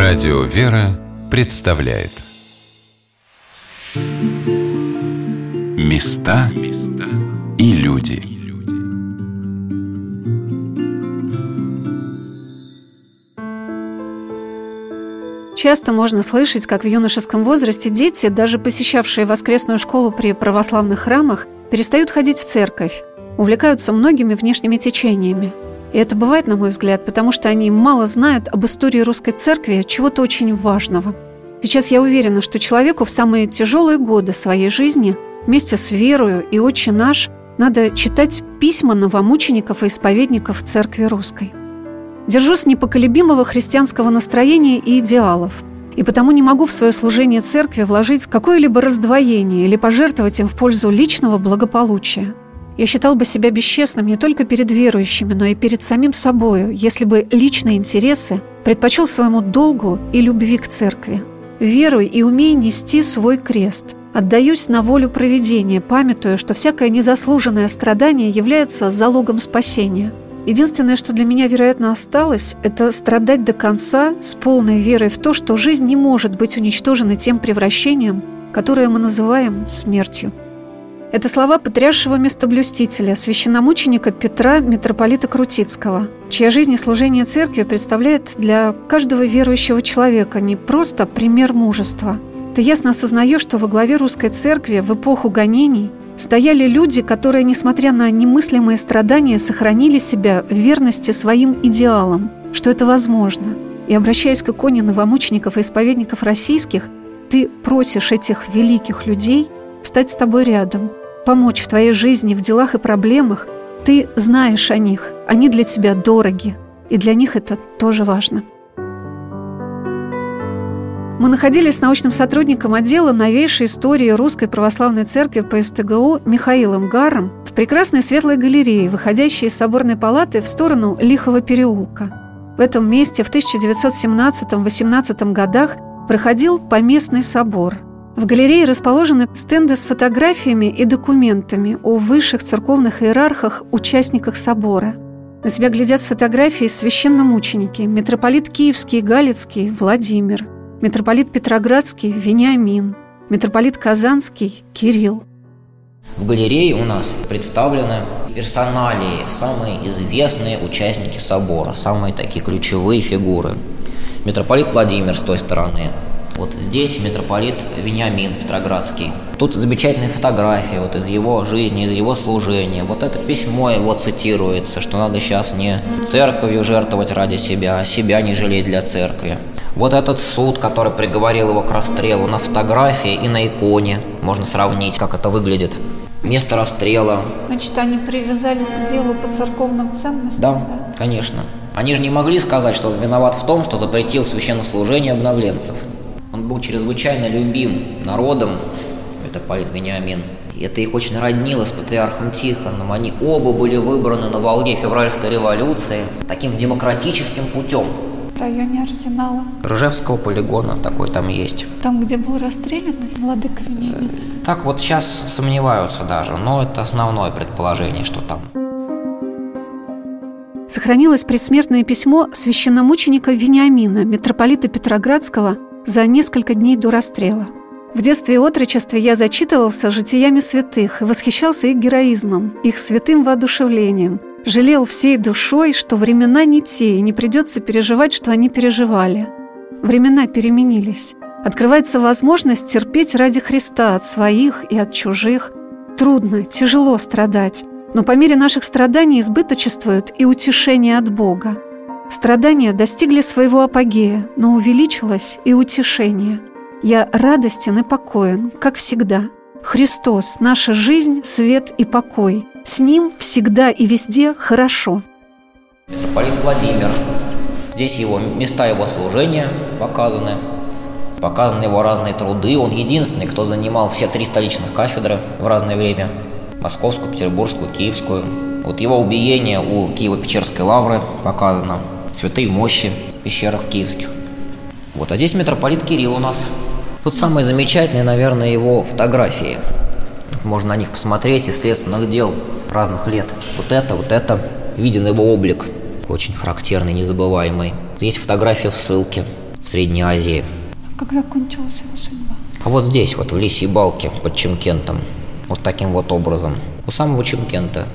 Радио «Вера» представляет Места и люди. Часто можно слышать, как в юношеском возрасте дети, даже посещавшие воскресную школу при православных храмах, перестают ходить в церковь, увлекаются многими внешними течениями. И это бывает, на мой взгляд, потому что они мало знают об истории русской церкви, чего-то очень важного. Сейчас я уверена, что человеку в самые тяжелые годы своей жизни вместе с верою и «Отче наш» надо читать письма новомучеников и исповедников Церкви Русской. Держусь непоколебимого христианского настроения и идеалов, и потому не могу в свое служение церкви вложить какое-либо раздвоение или пожертвовать им в пользу личного благополучия. Я считал бы себя бесчестным не только перед верующими, но и перед самим собою, если бы личные интересы предпочел своему долгу и любви к церкви. Веруй и умей нести свой крест. Отдаюсь на волю провидения, памятуя, что всякое незаслуженное страдание является залогом спасения. Единственное, что для меня, вероятно, осталось, это страдать до конца с полной верой в то, что жизнь не может быть уничтожена тем превращением, которое мы называем смертью. Это слова потрясшего местоблюстителя, священномученика Петра, митрополита Крутицкого, чья жизнь и служение церкви представляет для каждого верующего человека не просто пример мужества. Ты ясно осознаешь, что во главе русской церкви в эпоху гонений стояли люди, которые, несмотря на немыслимые страдания, сохранили себя в верности своим идеалам, что это возможно. И, обращаясь к иконе новомучеников и исповедников российских, ты просишь этих великих людей встать с тобой рядом, помочь в твоей жизни, в делах и проблемах. Ты знаешь о них, они для тебя дороги, и для них это тоже важно. Мы находились с научным сотрудником отдела новейшей истории Русской Православной Церкви по СТГУ Михаилом Гаром в прекрасной светлой галерее, выходящей из Соборной палаты в сторону Лихого переулка. В этом месте в 1917-18 годах проходил Поместный собор. В галерее расположены стенды с фотографиями и документами о высших церковных иерархах, участниках собора. На тебя глядят с фотографией священномученики: митрополит Киевский и Галицкий Владимир, митрополит Петроградский Вениамин, митрополит Казанский Кирилл. В галерее у нас представлены персоналии, самые известные участники собора, самые такие ключевые фигуры. Митрополит Владимир с той стороны. Вот здесь митрополит Вениамин Петроградский. Тут замечательные фотографии вот из его жизни, из его служения. Вот это письмо его цитируется, что надо сейчас не церковью жертвовать ради себя, а себя не жалеть для церкви. Вот этот суд, который приговорил его к расстрелу, на фотографии и на иконе. Можно сравнить, как это выглядит. Место расстрела. Значит, они привязались к делу по церковным ценностям, да? Конечно. Они же не могли сказать, что он виноват в том, что запретил священнослужение обновленцев. Он был чрезвычайно любим народом, митрополит Вениамин. И это их очень роднило с патриархом Тихоном. Они оба были выбраны на волне февральской революции таким демократическим путем. В районе Арсенала. Ржевского полигона такой там есть. Там, где был расстрелян владыка Вениамин? Так вот сейчас сомневаются даже, но это основное предположение, что там. Сохранилось предсмертное письмо священномученика Вениамина, митрополита Петроградского, за несколько дней до расстрела. В детстве и отрочестве я зачитывался житиями святых и восхищался их героизмом, их святым воодушевлением, жалел всей душой, что времена не те, и не придется переживать, что они переживали. Времена переменились. Открывается возможность терпеть ради Христа от своих и от чужих. Трудно, тяжело страдать, но по мере наших страданий избыточествует и утешение от Бога. Страдания достигли своего апогея, но увеличилось и утешение. Я радостен и покоен, как всегда. Христос – наша жизнь, свет и покой. С Ним всегда и везде хорошо. Митрополит Владимир. Здесь его места его служения показаны. Показаны его разные труды. Он единственный, кто занимал все 3 столичных кафедры в разное время. Московскую, Петербургскую, Киевскую. Вот его убиение у Киево-Печерской лавры показано. Святые мощи в пещерах киевских. Вот, а здесь митрополит Кирилл у нас. Тут самые замечательные, наверное, его фотографии. Можно на них посмотреть из следственных дел разных лет. Вот это. Виден его облик. Очень характерный, незабываемый. Есть фотография в ссылке. в Средней Азии. Как закончилась его судьба? А вот здесь, вот в Лисьей Балке под Чимкентом, вот таким вот образом, у самого Чимкента.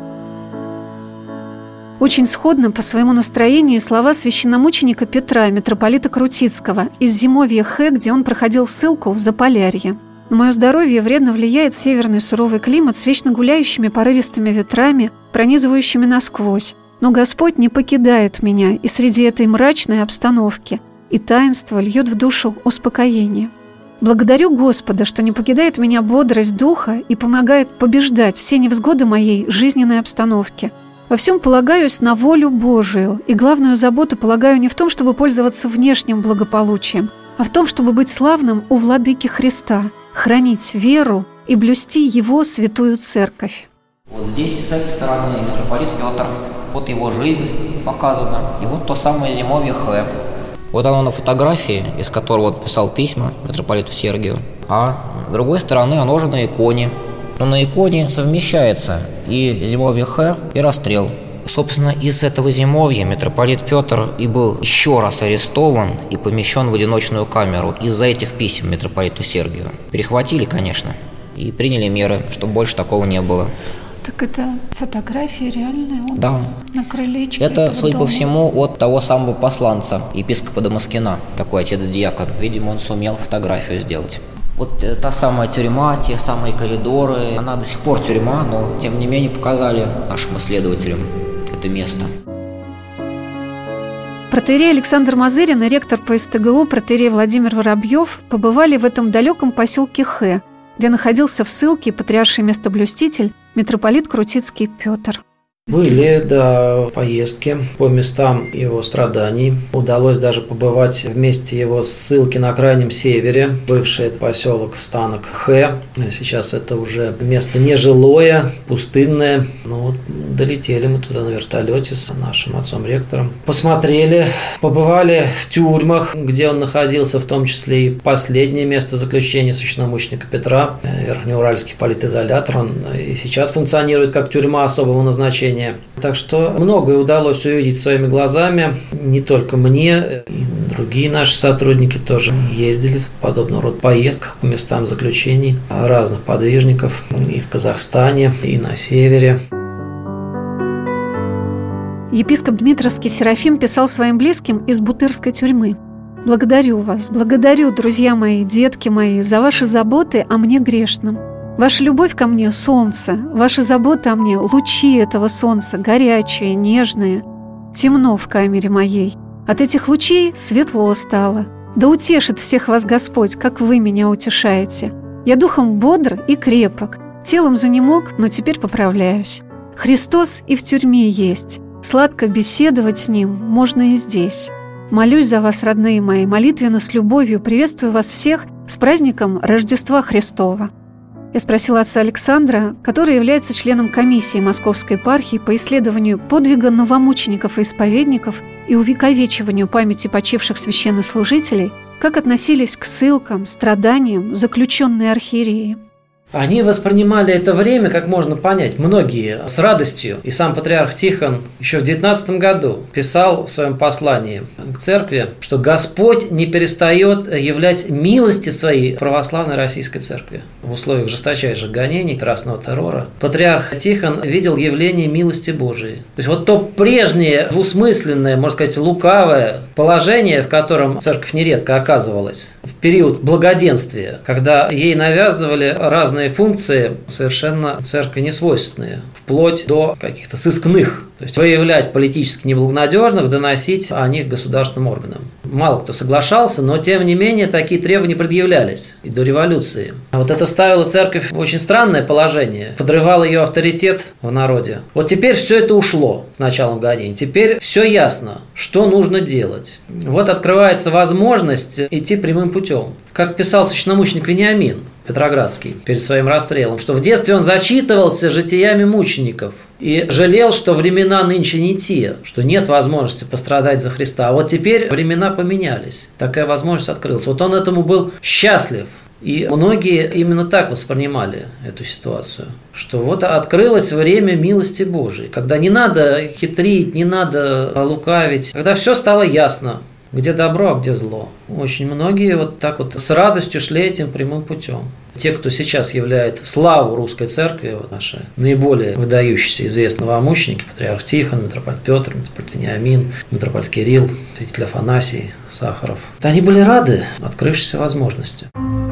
Очень сходно по своему настроению слова священномученика Петра, митрополита Крутицкого, из зимовья Хэ, где он проходил ссылку в Заполярье. На мое здоровье вредно влияет северный суровый климат с вечно гуляющими порывистыми ветрами, пронизывающими насквозь. Но Господь не покидает меня и среди этой мрачной обстановки, и таинство льет в душу успокоение. Благодарю Господа, что не покидает меня бодрость духа и помогает побеждать все невзгоды моей жизненной обстановки. Во всем полагаюсь на волю Божию, и главную заботу полагаю не в том, чтобы пользоваться внешним благополучием, а в том, чтобы быть славным у Владыки Христа, хранить веру и блюсти Его святую Церковь. Вот здесь, с этой стороны, митрополит Петр. Вот его жизнь показана. И вот то самое зимовье Хэ. Вот оно на фотографии, из которого он писал письма митрополиту Сергию. А с другой стороны, оно же на иконе. Но на иконе совмещается и зимовье Хэ, и расстрел. Собственно, из этого зимовья митрополит Петр и был еще раз арестован и помещен в одиночную камеру из-за этих писем митрополиту Сергию. Перехватили, конечно, и приняли меры, чтобы больше такого не было. Так это фотографии реальные? Да. На крылечке Это, этого судя дома? по всему, от того самого посланца, епископа Дамаскина, такой отец-диакон. Видимо, он сумел фотографию сделать. Вот та самая тюрьма, те самые коридоры, она до сих пор тюрьма, но тем не менее показали нашим исследователям это место. Протоиерей Александр Мазырин и ректор по СТГУ протоиерей Владимир Воробьев побывали в этом далеком поселке Хэ, где находился в ссылке патриарший местоблюститель митрополит Крутицкий Петр. Были, да, поездки по местам его страданий. Удалось даже побывать в месте его ссылки на крайнем севере, бывший поселок Станок Хэ. Сейчас это уже место нежилое, пустынное. Но вот долетели мы туда на вертолете с нашим отцом-ректором. Посмотрели, побывали в тюрьмах, где он находился, в том числе и последнее место заключения священномученика Петра, Верхнеуральский политизолятор. Он и сейчас функционирует как тюрьма особого назначения. Так что многое удалось увидеть своими глазами. Не только мне, и другие наши сотрудники тоже ездили в подобного рода поездках по местам заключений разных подвижников и в Казахстане, и на севере. Епископ Дмитровский Серафим писал своим близким из Бутырской тюрьмы: «Благодарю вас, благодарю, друзья мои, детки мои, за ваши заботы о мне грешном. Ваша любовь ко мне – солнце, ваша забота о мне – лучи этого солнца, горячие, нежные. Темно в камере моей. От этих лучей светло стало. Да утешит всех вас Господь, как вы меня утешаете. Я духом бодр и крепок, телом занемог, но теперь поправляюсь. Христос и в тюрьме есть. Сладко беседовать с Ним можно и здесь. Молюсь за вас, родные мои, молитвенно с любовью приветствую вас всех с праздником Рождества Христова». Я спросила отца Александра, который является членом комиссии Московской епархии по исследованию подвига новомучеников и исповедников и увековечиванию памяти почивших священнослужителей, как относились к ссылкам, страданиям заключенные архиереи. Они воспринимали это время, как можно понять, многие с радостью. И сам патриарх Тихон еще в 19 году писал в своем послании к церкви, что Господь не перестает являть милости своей православной российской церкви. В условиях жесточайших гонений, красного террора, патриарх Тихон видел явление милости Божией. То есть вот то прежнее двусмысленное, можно сказать, лукавое положение, в котором церковь нередко оказывалась в период благоденствия, когда ей навязывали разные функции, совершенно церкви несвойственные, вплоть до каких-то сыскных, то есть выявлять политически неблагонадежных, доносить о них государственным органам. Мало кто соглашался, но тем не менее такие требования предъявлялись и до революции. А вот это ставило церковь в очень странное положение, подрывало ее авторитет в народе. Вот теперь все это ушло с началом гонений, теперь все ясно, что нужно делать. Вот открывается возможность идти прямым путем. Как писал священномученик Вениамин Петроградский перед своим расстрелом, что в детстве он зачитывался житиями мучеников и жалел, что времена нынче не те, что нет возможности пострадать за Христа. А вот теперь времена поменялись, такая возможность открылась. Вот он этому был счастлив. И многие именно так воспринимали эту ситуацию, что вот открылось время милости Божией, когда не надо хитрить, не надо лукавить, когда все стало ясно. где добро, а где зло. Очень многие вот так вот с радостью шли этим прямым путем. Те, кто сейчас являет славу русской церкви, вот наши наиболее выдающиеся известные новомученики, патриарх Тихон, митрополит Петр, митрополит Вениамин, митрополит Кирилл, святитель Афанасий, Сахаров, они были рады открывшейся возможности.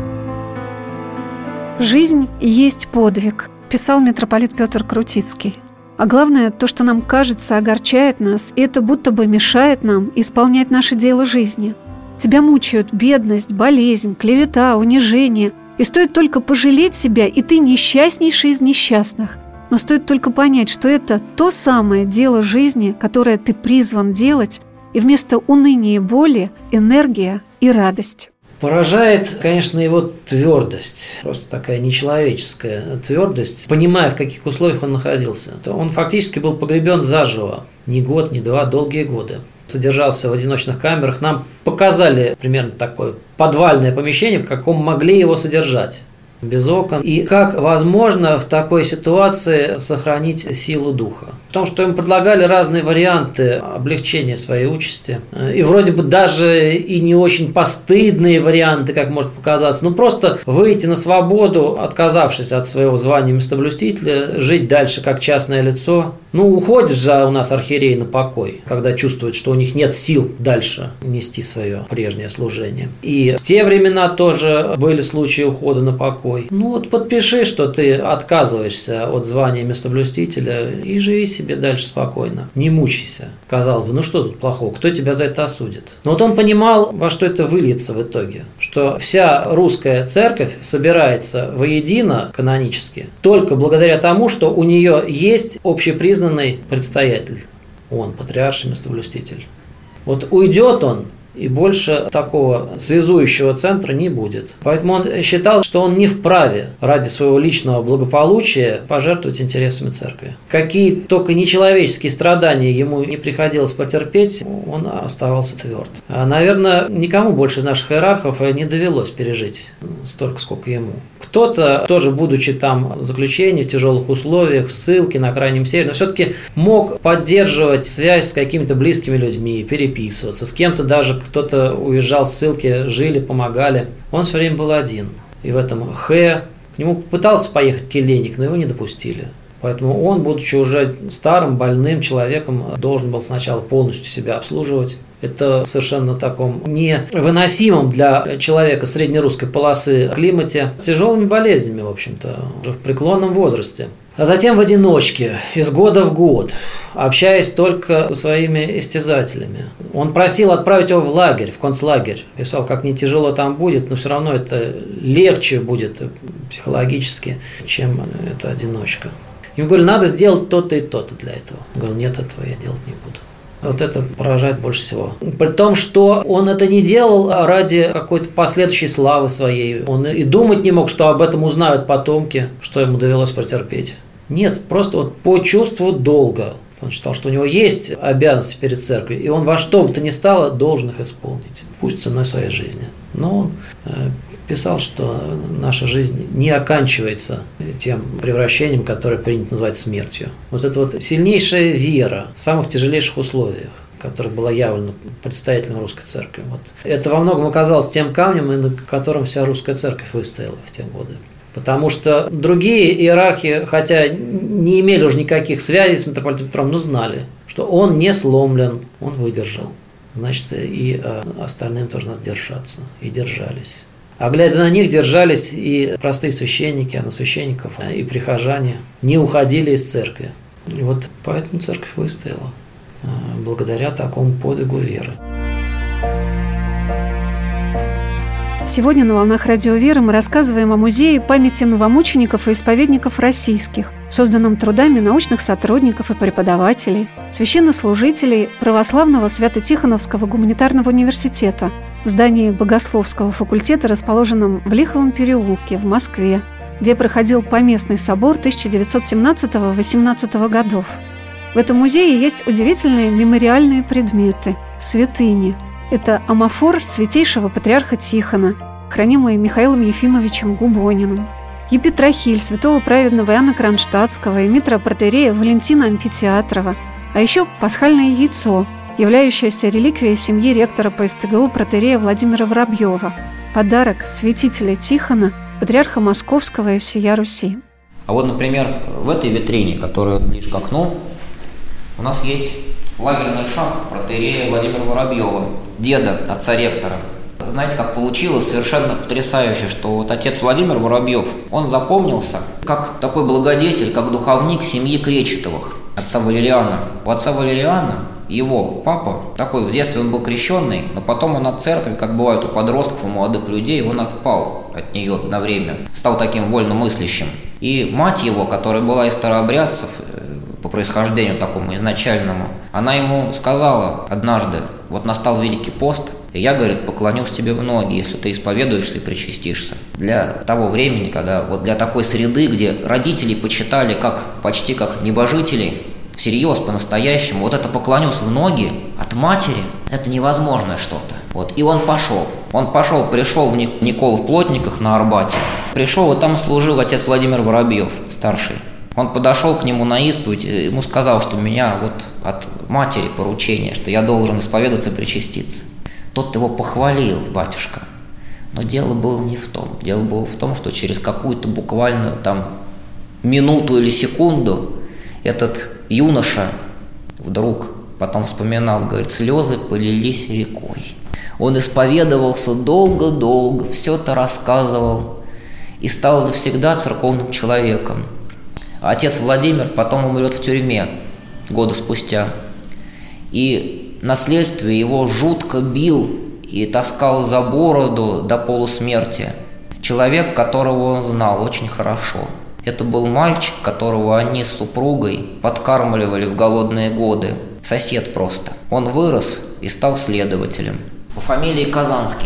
«Жизнь есть подвиг», писал митрополит Петр Крутицкий. А главное, то, что нам кажется, огорчает нас, и это будто бы мешает нам исполнять наше дело жизни. Тебя мучают бедность, болезнь, клевета, унижение, и стоит только пожалеть себя, и ты несчастнейший из несчастных. Но стоит только понять, что это то самое дело жизни, которое ты призван делать, и вместо уныния и боли – энергия и радость. Поражает, конечно, его твердость, просто такая нечеловеческая твердость, понимая, в каких условиях он находился. Он фактически был погребен заживо, не год, не два, долгие годы. Содержался в одиночных камерах. Нам показали примерно такое подвальное помещение, в каком могли его содержать. Без окон. И как возможно в такой ситуации сохранить силу духа. В том, что им предлагали разные варианты облегчения своей участи. И вроде бы даже и не очень постыдные варианты, как может показаться. Ну, просто выйти на свободу, отказавшись от своего звания местоблюстителя, жить дальше как частное лицо. Ну, уходишь же у нас архиереи на покой, когда чувствуют, что у них нет сил дальше нести свое прежнее служение. И в те времена тоже были случаи ухода на покой. Ну вот подпиши, что ты отказываешься от звания местоблюстителя и живи себе дальше спокойно. Не мучайся. Казалось бы, ну что тут плохого? Кто тебя за это осудит? Но вот он понимал, во что это выльется в итоге. Что вся русская церковь собирается воедино канонически только благодаря тому, что у нее есть общепризнанный предстоятель. Он, патриарший местоблюститель. Вот уйдет он, и больше такого связующего центра не будет. Поэтому он считал, что он не вправе ради своего личного благополучия пожертвовать интересами церкви. Какие только нечеловеческие страдания ему не приходилось потерпеть, он оставался тверд. Наверное, никому больше из наших иерархов не довелось пережить столько, сколько ему. Кто-то, тоже будучи там в заключении, в тяжелых условиях, в ссылке на Крайнем Севере, но все-таки мог поддерживать связь с какими-то близкими людьми, переписываться, с кем-то даже кто-то уезжал с ссылки, жили, помогали. Он все время был один. И в этом к нему пытался поехать келейник, но его не допустили. Поэтому он, будучи уже старым, больным человеком, должен был сначала полностью себя обслуживать. Это совершенно таком невыносимом для человека среднерусской полосы климате, с тяжелыми болезнями, в общем-то, уже в преклонном возрасте. А затем в одиночке, из года в год, общаясь только со своими истязателями. Он просил отправить его в лагерь, в концлагерь. Писал, как не тяжело там будет, но все равно это легче будет психологически, чем эта одиночка. Ему говорили, надо сделать то-то и то-то для этого. Он говорил, нет, этого я делать не буду. Вот это поражает больше всего. При том, что он это не делал ради какой-то последующей славы своей. Он и думать не мог, что об этом узнают потомки, что ему довелось претерпеть. Нет, просто вот по чувству долга. Он считал, что у него есть обязанности перед церковью, и он во что бы то ни стало должен их исполнить, пусть ценой своей жизни. Но он писал, что наша жизнь не оканчивается тем превращением, которое принято называть смертью. Вот это вот сильнейшая вера в самых тяжелейших условиях, которая была явлена представителем русской церкви. Вот. Это во многом оказалось тем камнем, на котором вся русская церковь выстояла в те годы. Потому что другие иерархи, хотя не имели уже никаких связей с митрополитом Петром, но знали, что он не сломлен, он выдержал. Значит, и остальным тоже надо держаться. И держались. А глядя на них, держались и простые священники, а на священников и прихожане не уходили из церкви. И вот поэтому церковь выстояла, благодаря такому подвигу веры. Сегодня на «Волнах Радио Веры» мы рассказываем о музее памяти новомучеников и исповедников российских, созданном трудами научных сотрудников и преподавателей, священнослужителей Православного Свято-Тихоновского гуманитарного университета в здании Богословского факультета, расположенном в Лиховом переулке в Москве, где проходил поместный собор 1917-18 годов. В этом музее есть удивительные мемориальные предметы – святыни. Это амафор святейшего патриарха Тихона, хранимый Михаилом Ефимовичем Губониным, епитрахиль святого праведного Иоанна Кронштадтского и митропротоиерея Валентина Амфитеатрова, а еще пасхальное яйцо являющаяся реликвией семьи ректора по СТГУ протоиерея Владимира Воробьева. Подарок святителя Тихона, патриарха Московского и всея Руси. А вот, например, в этой витрине, которая ближе к окну, у нас есть лагерный шаг протоиерея Владимира Воробьева, деда, отца ректора. Знаете, как получилось? Совершенно потрясающе, что вот отец Владимир Воробьев, он запомнился как такой благодетель, как духовник семьи Кречетовых, отца Валериана. У отца Валериана его папа, такой в детстве он был крещенный, но потом он от церкви, как бывает у подростков, у молодых людей, он отпал от нее на время, стал таким вольномыслящим. И мать его, которая была из старообрядцев, по происхождению такому изначальному, она ему сказала однажды: вот настал Великий пост, и я, говорит, поклонюсь тебе в ноги, если ты исповедуешься и причастишься. Для того времени, когда вот для такой среды, где родители почитали почти как небожителей, всерьез, по-настоящему, вот это поклонюсь в ноги от матери, это невозможное что-то. Вот. И он пошел. Пришел в Николу в Плотниках на Арбате. Пришел, и там служил отец Владимир Воробьев, старший. Он подошел к нему на исповедь, ему сказал, что у меня вот от матери поручение, что я должен исповедаться и причаститься. Тот его похвалил, батюшка. Но дело было не в том. Дело было в том, что через какую-то буквально там минуту или секунду этот юноша вдруг потом вспоминал, говорит, слезы полились рекой. Он исповедовался долго-долго, все это рассказывал и стал навсегда церковным человеком. А отец Владимир потом умрет в тюрьме года спустя. И на следствии его жутко бил и таскал за бороду до полусмерти человек, которого он знал очень хорошо. Это был мальчик, которого они с супругой подкармливали в голодные годы. Сосед просто. Он вырос и стал следователем. По фамилии Казанский.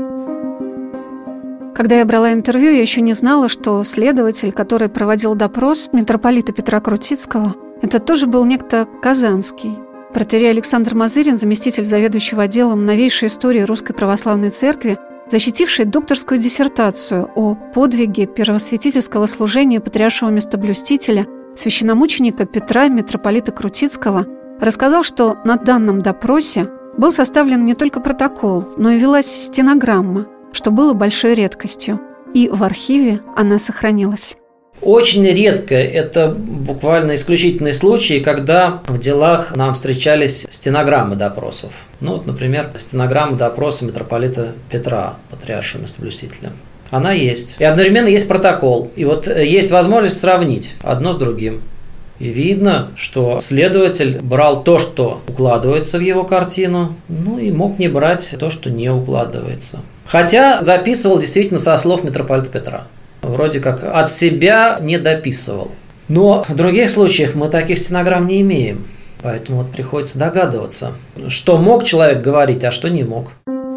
Когда я брала интервью, я еще не знала, что следователь, который проводил допрос митрополита Петра Крутицкого, это тоже был некто Казанский. Протоиерей Александр Мазырин, заместитель заведующего отделом новейшей истории Русской Православной Церкви, защитивший докторскую диссертацию о подвиге первосвятительского служения патриаршего местоблюстителя, священномученика Петра, митрополита Крутицкого, рассказал, что на данном допросе был составлен не только протокол, но и велась стенограмма, что было большой редкостью, и в архиве она сохранилась. Очень редко, это буквально исключительные случаи, когда в делах нам встречались стенограммы допросов. Ну вот, например, стенограмма допроса митрополита Петра, патриаршего местоблюстителя. Она есть. И одновременно есть протокол. И вот есть возможность сравнить одно с другим. И видно, что следователь брал то, что укладывается в его картину, ну и мог не брать то, что не укладывается. Хотя записывал действительно со слов митрополита Петра. Вроде как от себя не дописывал. Но в других случаях мы таких стенограмм не имеем. Поэтому вот приходится догадываться, что мог человек говорить, а что не мог.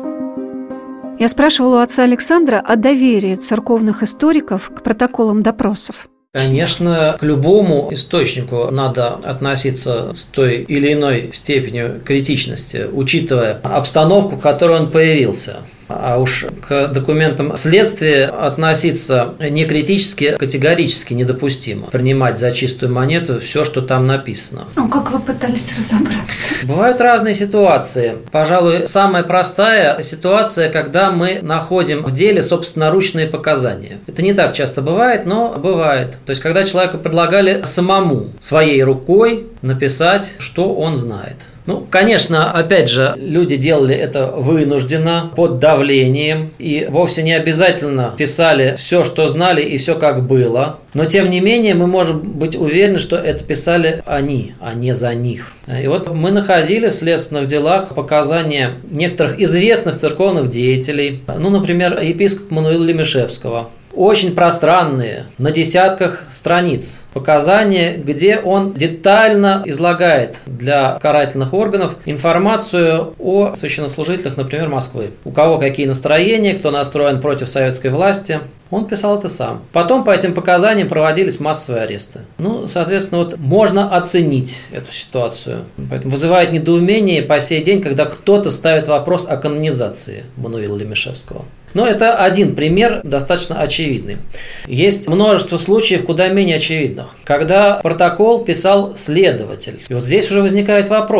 Я спрашивала у отца Александра о доверии церковных историков к протоколам допросов. Конечно, к любому источнику надо относиться с той или иной степенью критичности, учитывая обстановку, в которой он появился. А уж к документам следствия относиться не критически, категорически недопустимо. Принимать за чистую монету все, что там написано. А как вы пытались разобраться? Бывают разные ситуации. Пожалуй, самая простая ситуация, когда мы находим в деле собственноручные показания. Это не так часто бывает, но бывает. То есть, когда человеку предлагали самому, своей рукой написать, что он знает. Ну, конечно, опять же, люди делали это вынужденно, под давлением, и вовсе не обязательно писали все, что знали, и все, как было. Но, тем не менее, мы можем быть уверены, что это писали они, а не за них. И вот мы находили в следственных делах показания некоторых известных церковных деятелей, ну, например, епископа Мануила Лемешевского. Очень пространные, на десятках страниц показания, где он детально излагает для карательных органов информацию о священнослужителях, например, Москвы. У кого какие настроения, кто настроен против советской власти. Он писал это сам. Потом по этим показаниям проводились массовые аресты. Ну, соответственно, вот можно оценить эту ситуацию. Поэтому вызывает недоумение по сей день, когда кто-то ставит вопрос о канонизации Мануила Лемешевского. Но это один пример, достаточно очевидный. Есть множество случаев куда менее очевидных, когда протокол писал следователь. И вот здесь уже возникает вопрос.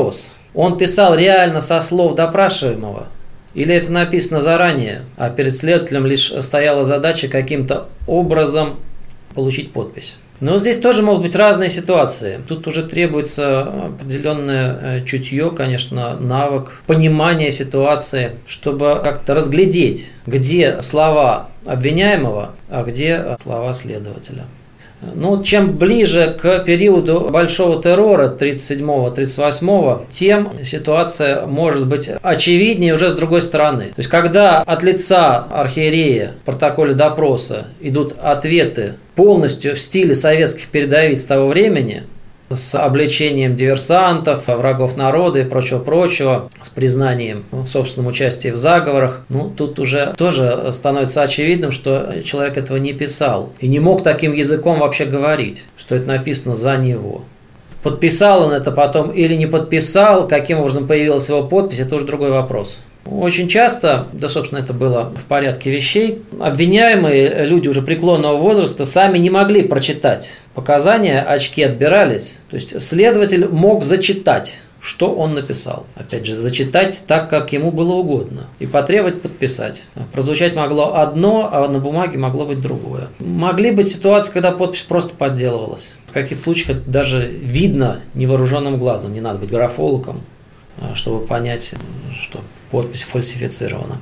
Он писал реально со слов допрашиваемого? Или это написано заранее, а перед следователем лишь стояла задача каким-то образом получить подпись? Но здесь тоже могут быть разные ситуации. Тут уже требуется определенное чутье, конечно, навык, понимание ситуации, чтобы как-то разглядеть, где слова обвиняемого, а где слова следователя. Ну, чем ближе к периоду Большого террора 37-38, тем ситуация может быть очевиднее уже с другой стороны. То есть, когда от лица архиерея в протоколе допроса идут ответы полностью в стиле советских передовиц того времени, с обличением диверсантов, врагов народа и прочего-прочего, с признанием в собственном участии в заговорах, тут уже тоже становится очевидным, что человек этого не писал и не мог таким языком вообще говорить, что это написано за него. Подписал он это потом или не подписал, каким образом появилась его подпись, это уже другой вопрос. Очень часто, да, собственно, это было в порядке вещей, обвиняемые люди уже преклонного возраста сами не могли прочитать показания, очки отбирались. То есть следователь мог зачитать, что он написал. Опять же, зачитать так, как ему было угодно, и потребовать подписать. Прозвучать могло одно, а на бумаге могло быть другое. Могли быть ситуации, когда подпись просто подделывалась. В каких-то случаях это даже видно невооруженным глазом, не надо быть графологом, чтобы понять, что подпись фальсифицирована.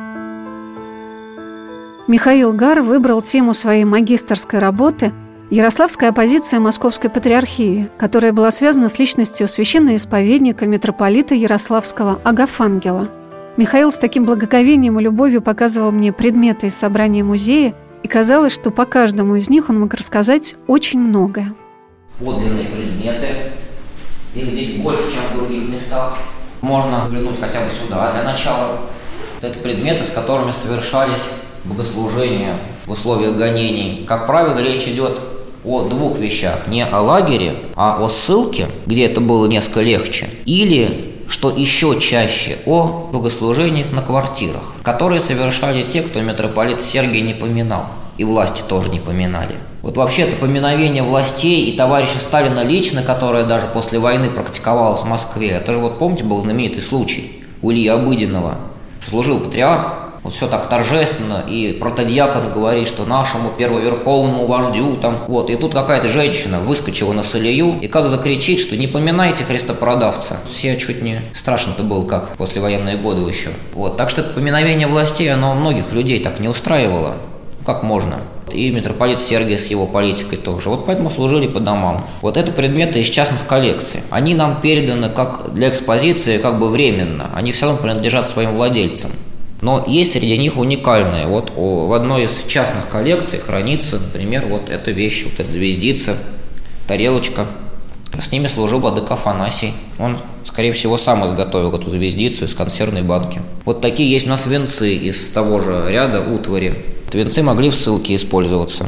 Михаил Гар выбрал тему своей магистерской работы «Ярославская оппозиция Московской Патриархии», которая была связана с личностью священноисповедника митрополита Ярославского Агафангела. Михаил с таким благоговением и любовью показывал мне предметы из собрания музея, и казалось, что по каждому из них он мог рассказать очень многое. Подлинные предметы, их здесь больше, чем в других местах. Можно взглянуть хотя бы сюда для начала. Это предметы, с которыми совершались богослужения в условиях гонений. Как правило, речь идет о двух вещах. Не о лагере, а о ссылке, где это было несколько легче. Или, что еще чаще, о богослужениях на квартирах, которые совершали те, кто митрополит Сергий не поминал. И власти тоже не поминали. Вот вообще это поминовение властей и товарища Сталина лично, которое даже после войны практиковалось в Москве, это же вот помните был знаменитый случай у Ильи Обыденного, что служил патриарх, вот все так торжественно, и протодьякон говорит, что нашему первоверховному вождю там, вот, и тут какая-то женщина выскочила на солею и как закричит, что не поминайте христопродавца. Все чуть не страшно-то было, как послевоенные годы еще. Вот, так что это поминовение властей, оно многих людей так не устраивало. Как можно. И митрополит Сергий с его политикой тоже. Вот поэтому служили по домам. Вот это предметы из частных коллекций. Они нам переданы как для экспозиции, как бы временно. Они все равно принадлежат своим владельцам. Но есть среди них уникальные. Вот в одной из частных коллекций хранится, например, вот эта вещь, вот эта звездица, тарелочка. С ними служил владыка Афанасий. Он, скорее всего, сам изготовил эту звездицу из консервной банки. Вот такие есть у нас венцы из того же ряда утвари. Венцы могли в ссылке использоваться.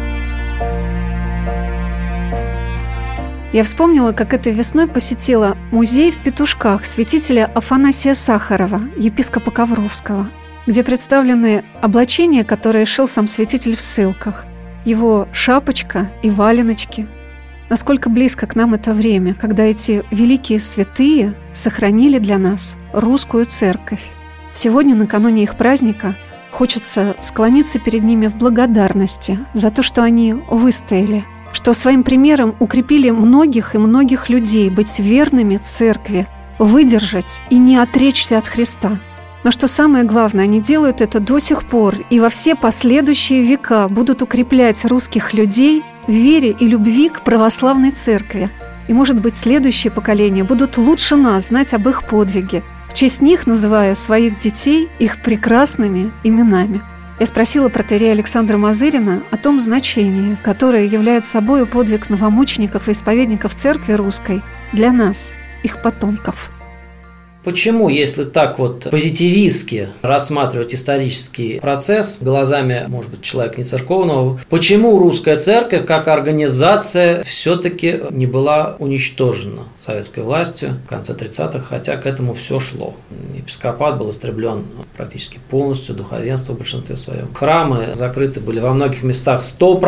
Я вспомнила, как этой весной посетила музей в Петушках святителя Афанасия Сахарова, епископа Ковровского, где представлены облачения, которые шил сам святитель в ссылках, его шапочка и валеночки. Насколько близко к нам это время, когда эти великие святые сохранили для нас русскую церковь. Сегодня, накануне их праздника, хочется склониться перед ними в благодарности за то, что они выстояли, что своим примером укрепили многих и многих людей быть верными церкви, выдержать и не отречься от Христа. Но что самое главное, они делают это до сих пор и во все последующие века будут укреплять русских людей в вере и любви к православной церкви. И, может быть, следующие поколения будут лучше нас знать об их подвиге, в честь них называя своих детей их прекрасными именами. Я спросила протоиерея Александра Мазырина о том значении, которое является собой подвиг новомучеников и исповедников церкви русской для нас, их потомков. Почему, если так вот позитивистски рассматривать исторический процесс глазами, может быть, человека не церковного, почему русская церковь как организация все-таки не была уничтожена советской властью в конце 30-х, хотя к этому все шло. Епископат был истреблен практически полностью, духовенство в большинстве своем. Храмы закрыты были во многих местах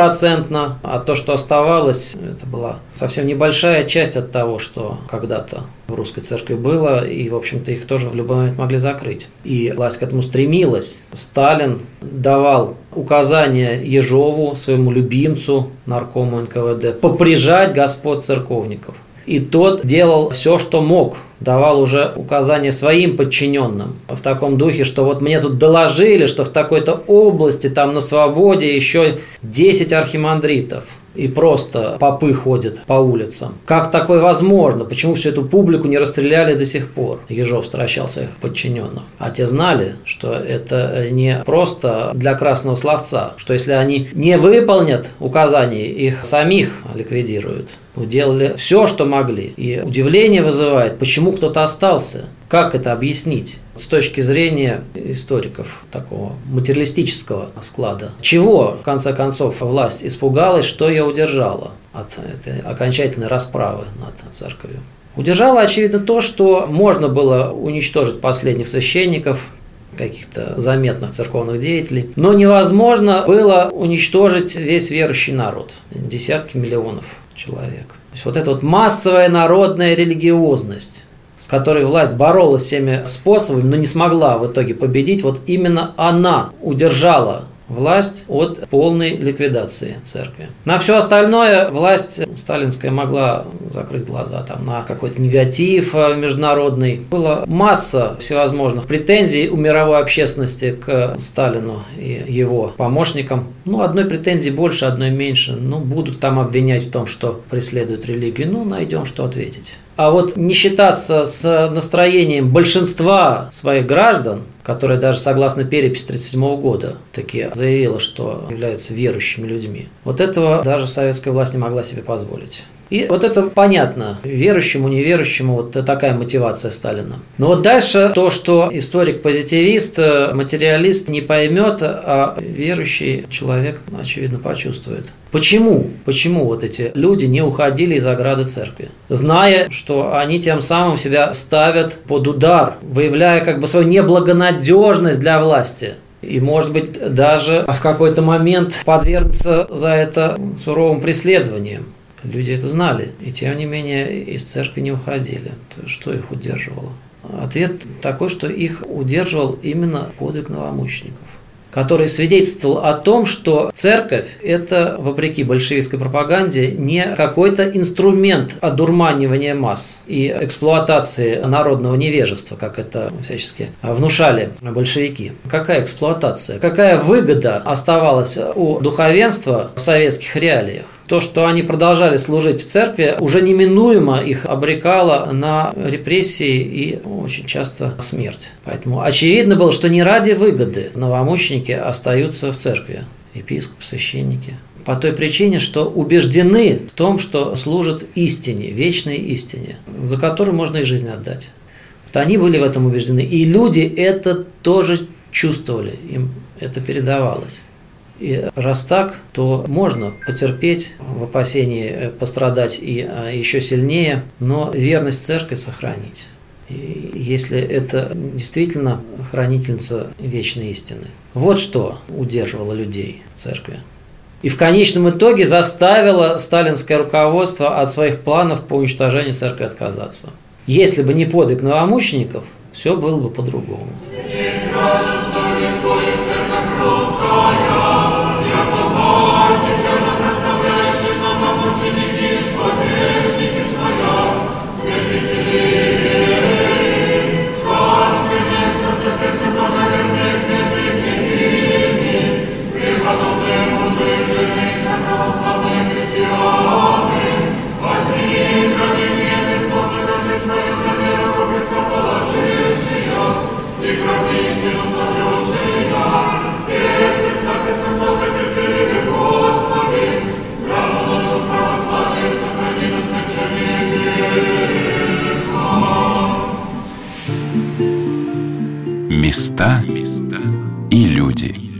100%, а то, что оставалось, это была совсем небольшая часть от того, что когда-то в русской церкви было, и, в общем-то, их тоже в любой момент могли закрыть. И власть к этому стремилась. Сталин давал указания Ежову, своему любимцу, наркому НКВД, поприжать господ церковников. И тот делал все, что мог. Давал уже указания своим подчиненным в таком духе, что вот мне тут доложили, что в такой-то области, там на свободе еще 10 архимандритов. И просто попы ходят по улицам. Как такое возможно? Почему всю эту публику не расстреляли до сих пор? Ежов стращал своих подчиненных. А те знали, что это не просто для красного словца, что если они не выполнят указаний, их самих ликвидируют. Делали все, что могли. И удивление вызывает, почему кто-то остался. Как это объяснить с точки зрения историков такого материалистического склада? Чего, в конце концов, власть испугалась, что ее удержало от этой окончательной расправы над церковью? Удержало, очевидно, то, что можно было уничтожить последних священников, каких-то заметных церковных деятелей, но невозможно было уничтожить весь верующий народ, десятки миллионов человек. То есть вот эта вот массовая народная религиозность, с которой власть боролась всеми способами, но не смогла в итоге победить, вот именно она удержала власть от полной ликвидации церкви. На все остальное власть сталинская могла закрыть глаза там, на какой-то негатив международный. Была масса всевозможных претензий у мировой общественности к Сталину и его помощникам. Одной претензии больше, одной меньше. Будут там обвинять в том, что преследуют религию. Найдем, что ответить. А вот не считаться с настроением большинства своих граждан, которые даже согласно переписи 1937 года таки заявила, что являются верующими людьми, вот этого даже советская власть не могла себе позволить. И вот это понятно, верующему, неверующему, вот такая мотивация Сталина. Но вот дальше то, что историк-позитивист, материалист не поймет, а верующий человек, очевидно, почувствует. Почему вот эти люди не уходили из ограды церкви, зная, что они тем самым себя ставят под удар, выявляя свою неблагонадежность для власти? И, может быть, даже в какой-то момент подвергнутся за это суровым преследованиям. Люди это знали, и тем не менее из церкви не уходили. Что их удерживало? Ответ такой, что их удерживал именно подвиг новомучеников, который свидетельствовал о том, что церковь – это, вопреки большевистской пропаганде, не какой-то инструмент одурманивания масс и эксплуатации народного невежества, как это всячески внушали большевики. Какая эксплуатация? Какая выгода оставалась у духовенства в советских реалиях? То, что они продолжали служить в церкви, уже неминуемо их обрекало на репрессии и очень часто смерть. Поэтому очевидно было, что не ради выгоды новомученики остаются в церкви, епископы, священники. По той причине, что убеждены в том, что служат истине, вечной истине, за которую можно и жизнь отдать. Вот они были в этом убеждены. И люди это тоже чувствовали, им это передавалось. И раз так, то можно потерпеть в опасении пострадать и еще сильнее, но верность церкви сохранить. И если это действительно хранительница вечной истины. Вот что удерживало людей в церкви. И в конечном итоге заставило сталинское руководство от своих планов по уничтожению церкви отказаться. Если бы не подвиг новомучеников, все было бы по-другому. И Места и люди.